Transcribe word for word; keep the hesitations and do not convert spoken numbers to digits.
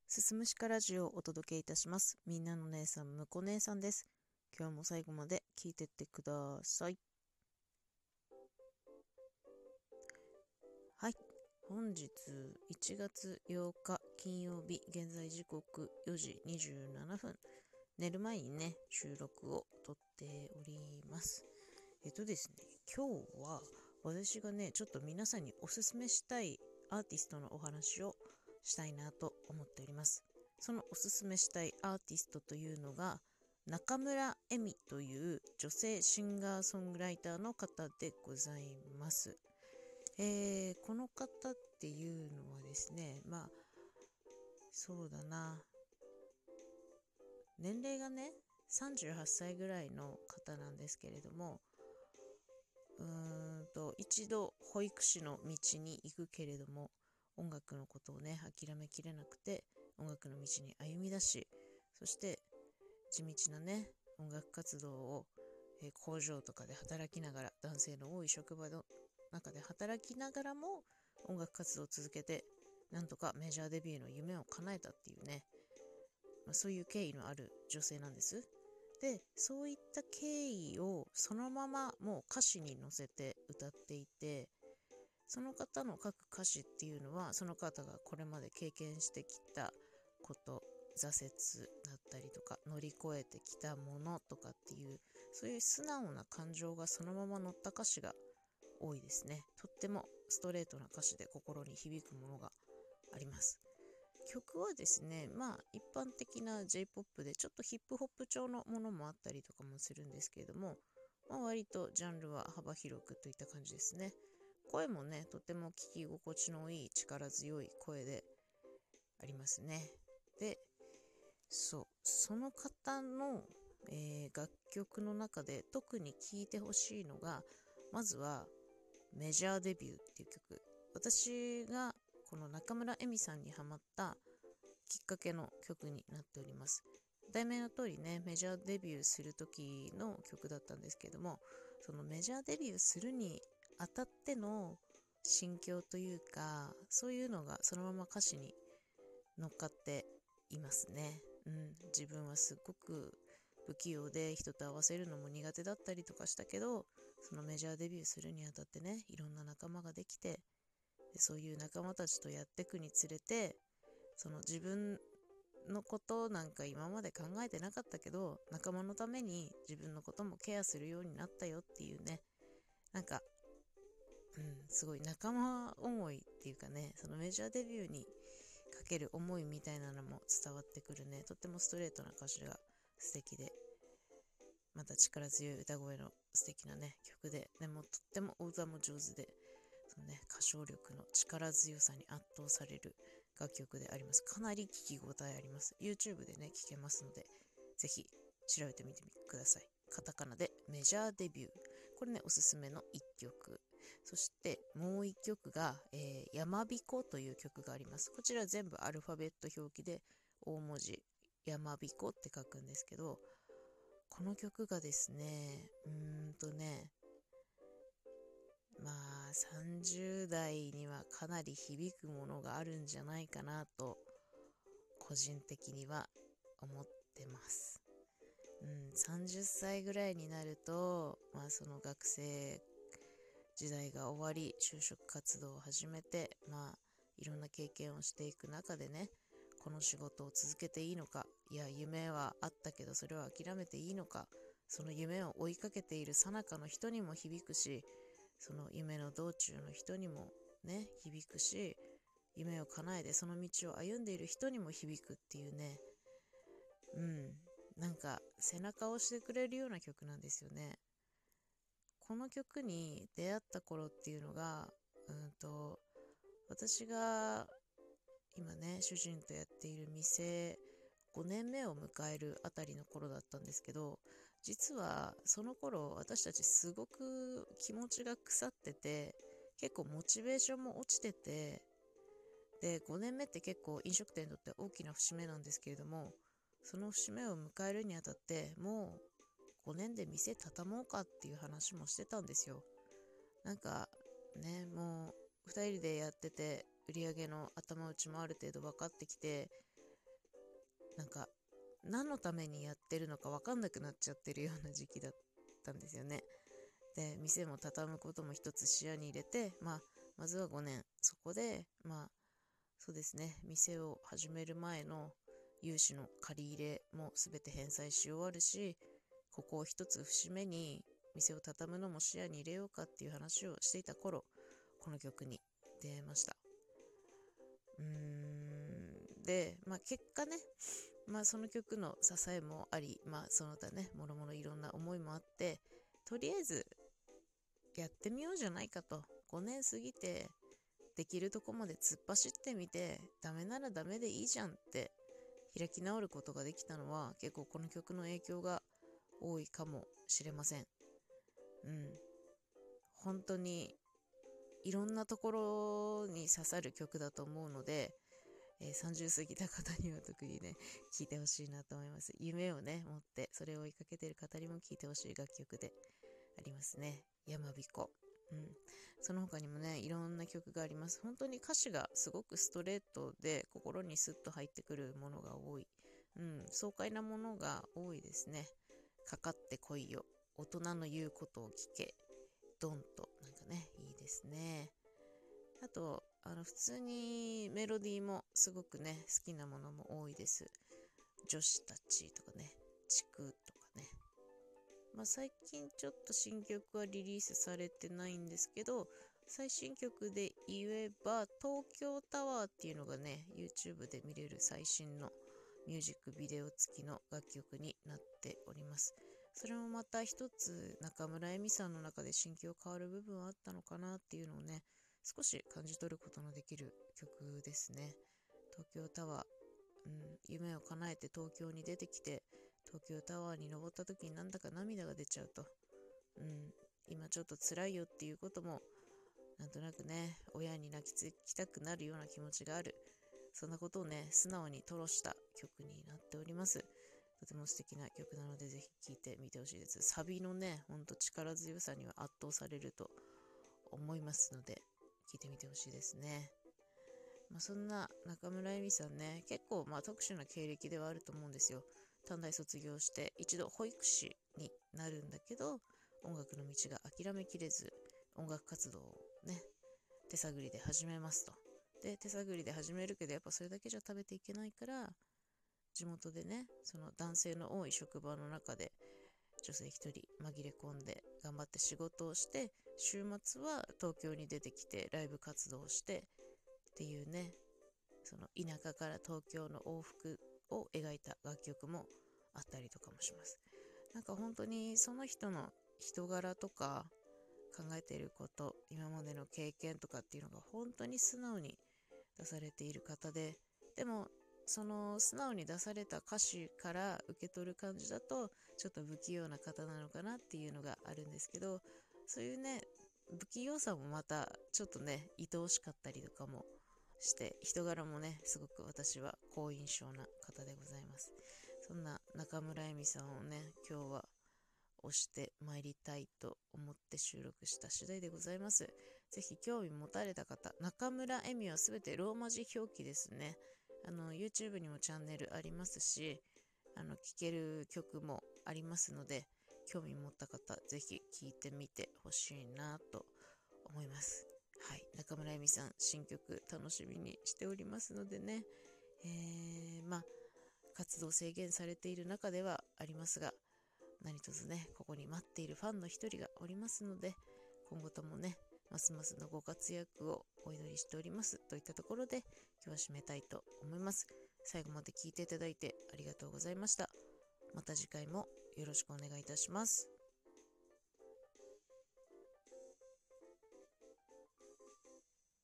すすむしかラジオをお届けいたします。みんなの姉さん、むこ姉さんです。今日も最後まで聞いてってください。はい。本日いちがつようか金曜日、現在時刻よじにじゅうななふん。寝る前にね、収録を撮っております。えっとですね、今日は私がね、ちょっと皆さんにおすすめしたいアーティストのお話をしたいなと思っております。そのおすすめしたいアーティストというのが、中村恵美という女性シンガーソングライターの方でございます。えーこの方っていうのはですね、まあ、そうだな、年齢がね、さんじゅうはっさいぐらいの方なんですけれども、うーんと一度保育士の道に行くけれども、音楽のことをね諦めきれなくて音楽の道に歩み出し、そして地道なね音楽活動を、えー工場とかで働きながら、男性の多い職場の中で働きながらも音楽活動を続けて、なんとかメジャーデビューの夢を叶えたっていうね、まあ、そういう経緯のある女性なんです。で、そういった経緯をそのままもう歌詞に乗せて歌っていて、その方の書く歌詞っていうのは、その方がこれまで経験してきたこと、挫折だったりとか乗り越えてきたものとかっていう、そういう素直な感情がそのまま乗った歌詞が多いですね。とってもストレートな歌詞で心に響くものがあります。曲はですね、まあ一般的な J-ジェイポップ でちょっとヒップホップ調のものもあったりとかもするんですけれども、まあ、割とジャンルは幅広くといった感じですね。声もね、とても聞き心地のいい力強い声でありますね。で、そう、その方の、えー楽曲の中で特に聴いてほしいのが、まずはメジャーデビューっていう曲。私がこの中村恵美さんにハマったきっかけの曲になっております。題名の通りね、メジャーデビューする時の曲だったんですけども、そのメジャーデビューするにあたっての心境というか、そういうのがそのまま歌詞に乗っかっていますね。うん、自分はすっごく不器用で人と合わせるのも苦手だったりとかしたけど、そのメジャーデビューするにあたってね、いろんな仲間ができて、でそういう仲間たちとやっていくにつれて、その自分のことなんか今まで考えてなかったけど、仲間のために自分のこともケアするようになったよっていうね、なんか、うん、すごい仲間思いっていうかね、そのメジャーデビューにかける思いみたいなのも伝わってくるね、とってもストレートな歌詞が素敵で、また力強い歌声の素敵なね曲で、でもとってもお歌も上手で、そのね歌唱力の力強さに圧倒される楽曲であります。かなり聞き応えあります。 YouTube でね聴けますので、ぜひ調べてみてください。カタカナでメジャーデビュー、これねおすすめのいっきょく。そしてもういっきょくが、えー、やまびこという曲があります。こちら全部アルファベット表記で大文字やまびこって書くんですけど、この曲がですね、うーんとね、まあさんじゅう代にはかなり響くものがあるんじゃないかなと個人的には思ってます。うん、さんじゅっさいぐらいになると、まあその学生時代が終わり就職活動を始めて、まあいろんな経験をしていく中でね、この仕事を続けていいのか、いや夢はあったけどそれを諦めていいのか、その夢を追いかけている最中の人にも響くし、その夢の道中の人にもね響くし、夢を叶えてその道を歩んでいる人にも響くっていうね、うん、なんか背中を押してくれるような曲なんですよね。この曲に出会った頃っていうのが、うんと私が今ね主人とやっている店ごねんめを迎えるあたりの頃だったんですけど、実はその頃私たちすごく気持ちが腐ってて、結構モチベーションも落ちてて、でごねんめって結構飲食店にとって大きな節目なんですけれども、その節目を迎えるにあたってもうごねんで店畳もうかっていう話もしてたんですよ。なんかね、もうふたりでやってて売り上げの頭打ちもある程度分かってきて、 なんか何のためにやってるのか分かんなくなっちゃってるような時期だったんですよね。で、店も畳むことも一つ視野に入れて、まあ、まずはごねん、そこで、まあ、そうですね、店を始める前の融資の借り入れも全て返済し終わるし、ここを一つ節目に店を畳むのも視野に入れようかっていう話をしていた頃、この曲に出会いました。うーんで、まあ、結果ね、まあ、その曲の支えもあり、まあ、その他ね、もろもろいろんな思いもあって、とりあえずやってみようじゃないかと。ごねん過ぎてできるとこまで突っ走ってみて、ダメならダメでいいじゃんって開き直ることができたのは、結構この曲の影響が多いかもしれません。うん。本当にいろんなところに刺さる曲だと思うので、えー、さんじゅう過ぎた方には特にね、聴いてほしいなと思います。夢をね、持って、それを追いかけている方にも聴いてほしい楽曲でありますね。やまびこ。うん。その他にもね、いろんな曲があります。本当に歌詞がすごくストレートで、心にスッと入ってくるものが多い。うん、爽快なものが多いですね。かかってこいよ。大人の言うことを聞け。ドンと。なんかね、いいですね。あと、あの、普通にメロディーもすごくね、好きなものも多いです。女子たちとかね、地区とかね。まあ、最近ちょっと新曲はリリースされてないんですけど、最新曲で言えば、東京タワーっていうのがね、YouTube で見れる最新のミュージックビデオ付きの楽曲になっております。それもまた一つ中村恵美さんの中で心境変わる部分はあったのかなっていうのをね、少し感じ取ることのできる曲ですね。東京タワー、うん、夢を叶えて東京に出てきて、東京タワーに登った時になんだか涙が出ちゃうと、うん、今ちょっと辛いよっていうことも、なんとなくね、親に泣きつきたくなるような気持ちがある。そんなことをね、素直に吐露した曲になっております。とても素敵な曲なので、ぜひ聴いてみてほしいです。サビのね、ほんと力強さには圧倒されると思いますので、聴いてみてほしいですね。まあ、そんな中村恵美さんね、結構まあ特殊な経歴ではあると思うんですよ。短大卒業して一度保育士になるんだけど、音楽の道が諦めきれず、音楽活動をね、手探りで始めますと。で、手探りで始めるけど、やっぱそれだけじゃ食べていけないから、地元でね、その男性の多い職場の中で、女性一人紛れ込んで頑張って仕事をして、週末は東京に出てきてライブ活動をしてっていうね、その田舎から東京の往復を描いた楽曲もあったりとかもします。なんか本当にその人の人柄とか考えていること、今までの経験とかっていうのが本当に素直に出されている方で、でもその素直に出された歌詞から受け取る感じだとちょっと不器用な方なのかなっていうのがあるんですけど、そういうね、不器用さもまたちょっとね、愛おしかったりとかもして、人柄もね、すごく私は好印象な方でございます。そんな中村恵美さんをね、今日は押してまいりたいと思って収録した次第でございます。ぜひ興味持たれた方、中村恵美はすべてローマ字表記ですね。あの YouTube にもチャンネルありますし、あの聴ける曲もありますので、興味持った方、ぜひ聴いてみてほしいなと思います。はい、中村恵美さん、新曲楽しみにしておりますのでね、えー、まあ、活動制限されている中ではありますが、何卒ね、ここに待っているファンの一人がおりますので、今後ともね、ますますのご活躍をお祈りしておりますといったところで、今日は締めたいと思います。最後まで聞いていただいてありがとうございました。また次回もよろしくお願いいたします。